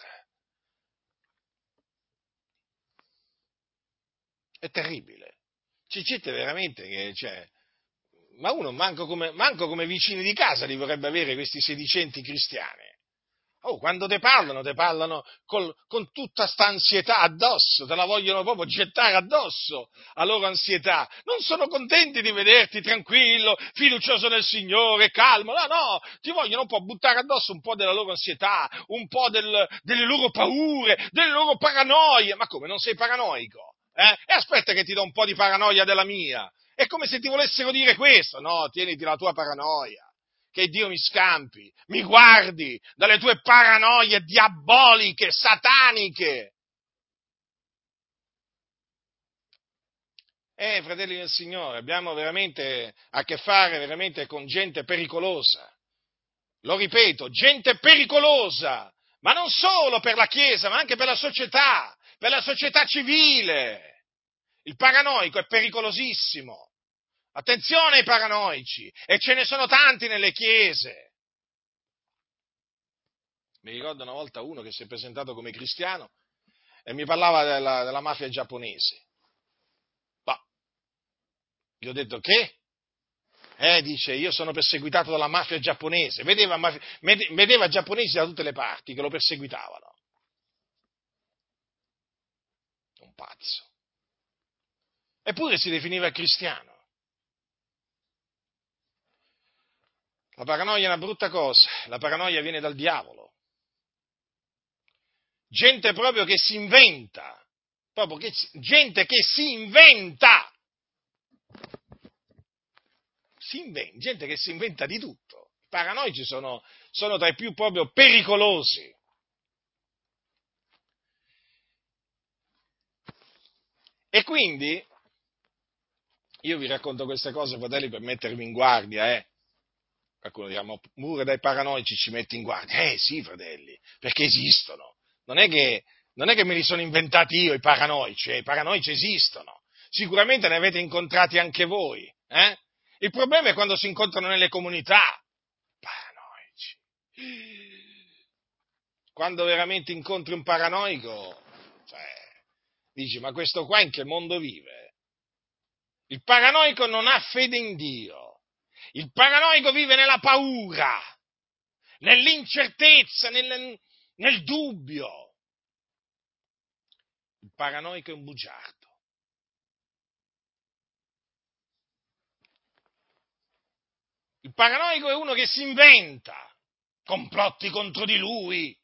È terribile. C'è gente veramente che, cioè, ma uno manco come vicini di casa li vorrebbe avere questi sedicenti cristiani. Oh, quando te parlano con tutta sta ansietà addosso, te la vogliono proprio gettare addosso, a loro ansietà. Non sono contenti di vederti tranquillo, fiducioso nel Signore, calmo. No, ti vogliono un po' buttare addosso un po' della loro ansietà, un po' delle loro paure, delle loro paranoie. Ma come, non sei paranoico? E aspetta che ti do un po' di paranoia della mia. È come se ti volessero dire questo. No, tieniti la tua paranoia. Che Dio mi scampi, mi guardi dalle tue paranoie diaboliche, sataniche. Fratelli del Signore, abbiamo veramente a che fare veramente con gente pericolosa. Lo ripeto, gente pericolosa, ma non solo per la Chiesa, ma anche per la società civile. Il paranoico è pericolosissimo. Attenzione ai paranoici, e ce ne sono tanti nelle chiese. Mi ricordo una volta uno che si è presentato come cristiano e mi parlava della mafia giapponese. Ma gli ho detto che? Dice, io sono perseguitato dalla mafia giapponese. Vedeva giapponesi da tutte le parti che lo perseguitavano. Un pazzo. Eppure si definiva cristiano. La paranoia è una brutta cosa, la paranoia viene dal diavolo. Gente proprio che si inventa, gente che si inventa, gente che si inventa di tutto. I paranoici sono tra i più proprio pericolosi. E quindi, io vi racconto queste cose, fratelli, per mettervi in guardia, Qualcuno dirà, ma pure dai paranoici ci metti in guardia. Sì, fratelli, perché esistono. Non è che me li sono inventati io i paranoici esistono. Sicuramente ne avete incontrati anche voi. Il problema è quando si incontrano nelle comunità. Paranoici. Quando veramente incontri un paranoico, dici, ma questo qua in che mondo vive? Il paranoico non ha fede in Dio. Il paranoico vive nella paura, nell'incertezza, nel dubbio. Il paranoico è un bugiardo. Il paranoico è uno che si inventa complotti contro di lui,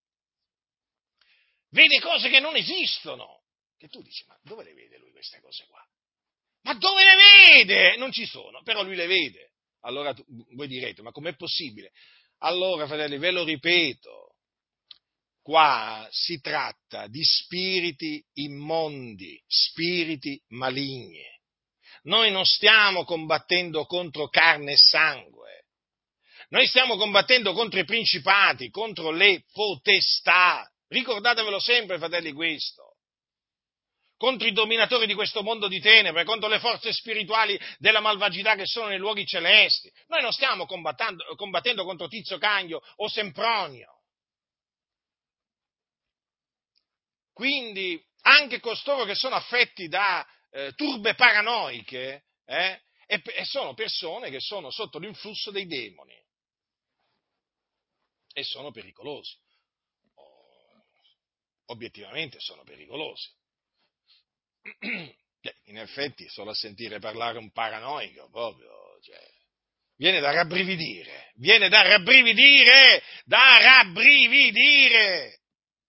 vede cose che non esistono. Che tu dici, ma dove le vede lui queste cose qua? Ma dove le vede? Non ci sono, però lui le vede. Allora voi direte, ma com'è possibile? Allora, fratelli, ve lo ripeto, qua si tratta di spiriti immondi, spiriti maligni. Noi non stiamo combattendo contro carne e sangue, noi stiamo combattendo contro i principati, contro le potestà. Ricordatevelo sempre, fratelli, questo. Contro i dominatori di questo mondo di tenebre, contro le forze spirituali della malvagità che sono nei luoghi celesti. Noi non stiamo combattendo contro Tizio Cagno o Sempronio. Quindi anche costoro che sono affetti da turbe paranoiche e sono persone che sono sotto l'influsso dei demoni e sono pericolosi. Obiettivamente sono pericolosi. In effetti, solo a sentire parlare un paranoico, proprio, viene da rabbrividire, da rabbrividire!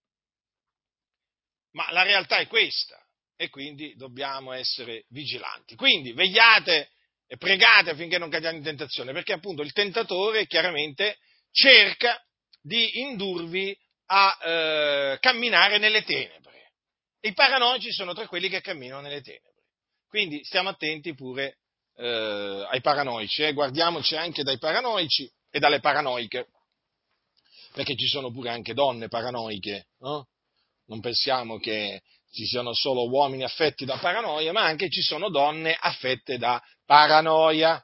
Ma la realtà è questa, e quindi dobbiamo essere vigilanti. Quindi vegliate e pregate affinché non cadiate in tentazione, perché appunto il tentatore chiaramente cerca di indurvi a camminare nelle tenebre. I paranoici sono tra quelli che camminano nelle tenebre. Quindi stiamo attenti pure ai paranoici, guardiamoci anche dai paranoici e dalle paranoiche, perché ci sono pure anche donne paranoiche, no? Non pensiamo che ci siano solo uomini affetti da paranoia, ma anche ci sono donne affette da paranoia.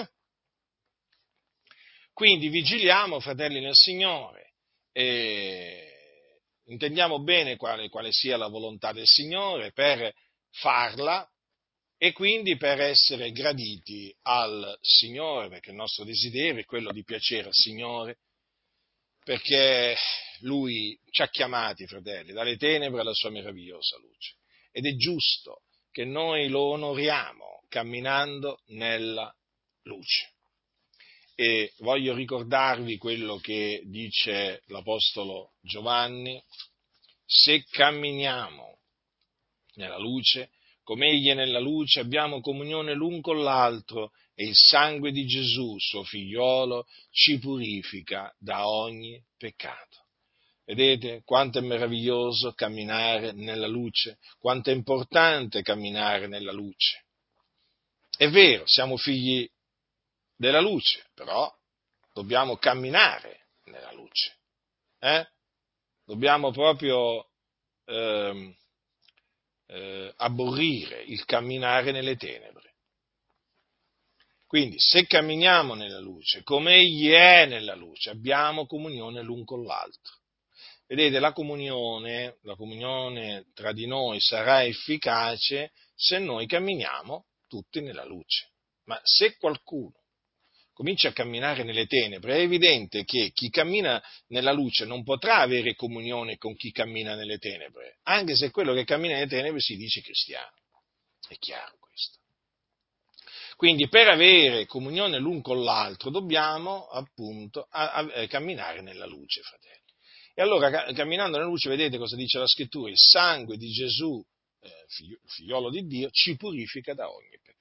Quindi vigiliamo, fratelli nel Signore, e intendiamo bene quale sia la volontà del Signore per farla e quindi per essere graditi al Signore, perché il nostro desiderio è quello di piacere al Signore, perché Lui ci ha chiamati, fratelli, dalle tenebre alla sua meravigliosa luce. Ed è giusto che noi lo onoriamo camminando nella luce. E voglio ricordarvi quello che dice l'Apostolo Giovanni: se camminiamo nella luce, come Egli è nella luce, abbiamo comunione l'un con l'altro e il sangue di Gesù, suo figliolo, ci purifica da ogni peccato. Vedete quanto è meraviglioso camminare nella luce, quanto è importante camminare nella luce. È vero, siamo figli della luce, però dobbiamo camminare nella luce. Dobbiamo proprio aborrire il camminare nelle tenebre. Quindi, se camminiamo nella luce, come Egli è nella luce, abbiamo comunione l'un con l'altro. vedete, la comunione tra di noi sarà efficace se noi camminiamo tutti nella luce. Ma se qualcuno comincia a camminare nelle tenebre, è evidente che chi cammina nella luce non potrà avere comunione con chi cammina nelle tenebre, anche se quello che cammina nelle tenebre si dice cristiano. È chiaro questo. Quindi per avere comunione l'un con l'altro dobbiamo appunto camminare nella luce, fratelli. E allora camminando nella luce, vedete cosa dice la scrittura? Il sangue di Gesù, figliolo di Dio, ci purifica da ogni peccato.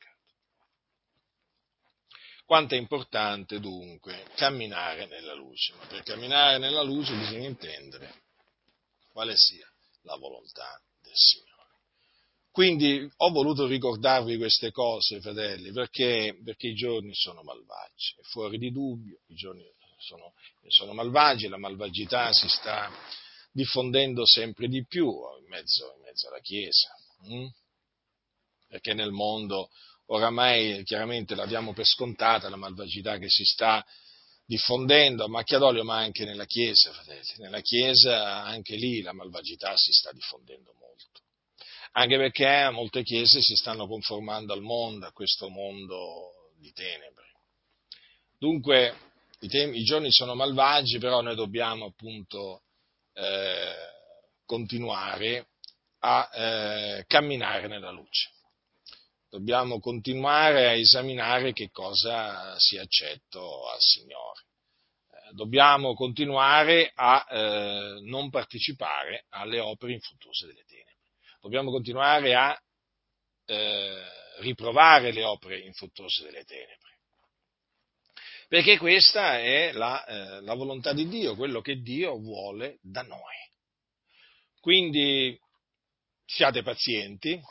Quanto è importante dunque camminare nella luce, ma per camminare nella luce bisogna intendere quale sia la volontà del Signore. Quindi ho voluto ricordarvi queste cose, fratelli, perché i giorni sono malvagi, è fuori di dubbio, i giorni sono malvagi, la malvagità si sta diffondendo sempre di più in mezzo alla Chiesa, perché nel mondo oramai chiaramente la diamo per scontata la malvagità che si sta diffondendo a macchia d'olio, ma anche nella Chiesa, fratelli. Nella Chiesa anche lì la malvagità si sta diffondendo molto. Anche perché molte chiese si stanno conformando al mondo, a questo mondo di tenebre. Dunque, i giorni sono malvagi, però noi dobbiamo appunto continuare a camminare nella luce. Dobbiamo continuare a esaminare che cosa sia accetto al Signore. Dobbiamo continuare a non partecipare alle opere infruttuose delle tenebre. Dobbiamo continuare a riprovare le opere infruttuose delle tenebre, perché questa è la volontà di Dio, quello che Dio vuole da noi. Quindi siate pazienti,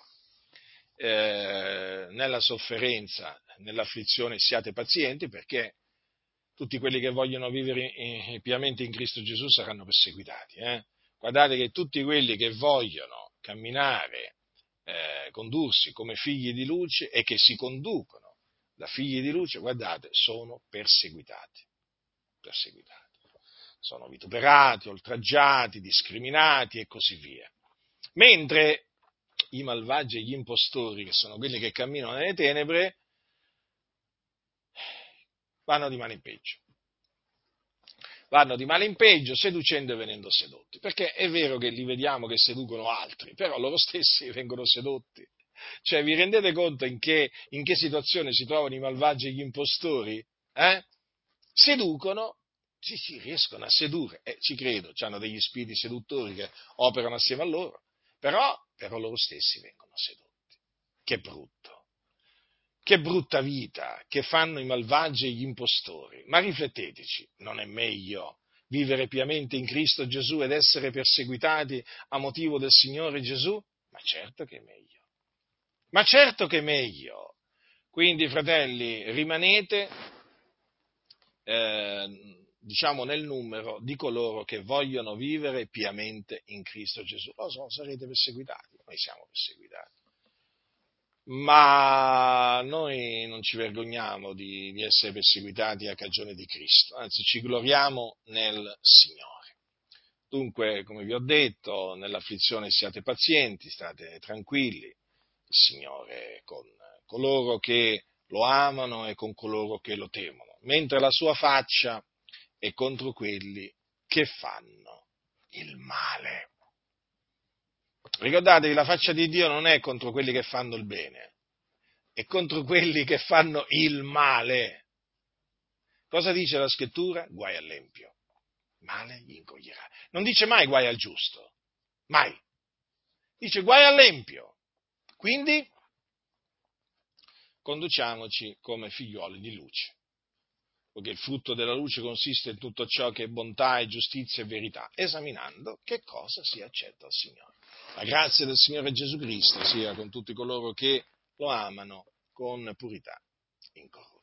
nella sofferenza, nell'afflizione siate pazienti, perché tutti quelli che vogliono vivere piamente in Cristo Gesù saranno perseguitati. Guardate che tutti quelli che vogliono camminare, condursi come figli di luce e che si conducono da figli di luce, guardate, sono perseguitati. Sono vituperati, oltraggiati, discriminati e così via. Mentre i malvagi e gli impostori, che sono quelli che camminano nelle tenebre, vanno di male in peggio. Vanno di male in peggio, seducendo e venendo sedotti. Perché è vero che li vediamo che seducono altri, però loro stessi vengono sedotti. Cioè, vi rendete conto in che situazione si trovano i malvagi e gli impostori? Seducono, sì, riescono a sedurre, ci credo, hanno degli spiriti seduttori che operano assieme a loro, però loro stessi vengono sedotti. Che brutto. Che brutta vita che fanno i malvagi e gli impostori. Ma rifletteteci, non è meglio vivere piamente in Cristo Gesù ed essere perseguitati a motivo del Signore Gesù? Ma certo che è meglio. Ma certo che è meglio. Quindi, fratelli, rimanete, nel numero di coloro che vogliono vivere piamente in Cristo Gesù. Lo so, sarete perseguitati, noi siamo perseguitati. Ma noi non ci vergogniamo di essere perseguitati a cagione di Cristo, anzi ci gloriamo nel Signore. Dunque, come vi ho detto, nell'afflizione siate pazienti, state tranquilli, il Signore è con coloro che lo amano e con coloro che lo temono, mentre la sua faccia è contro quelli che fanno il male. Ricordatevi, la faccia di Dio non è contro quelli che fanno il bene, è contro quelli che fanno il male. Cosa dice la scrittura? Guai all'empio, male gli incoglierà. Non dice mai guai al giusto, mai. Dice guai all'empio. Quindi conduciamoci come figlioli di luce, perché il frutto della luce consiste in tutto ciò che è bontà e giustizia e verità, esaminando che cosa sia accetto al Signore. La grazia del Signore Gesù Cristo sia con tutti coloro che lo amano con purità incorrotta.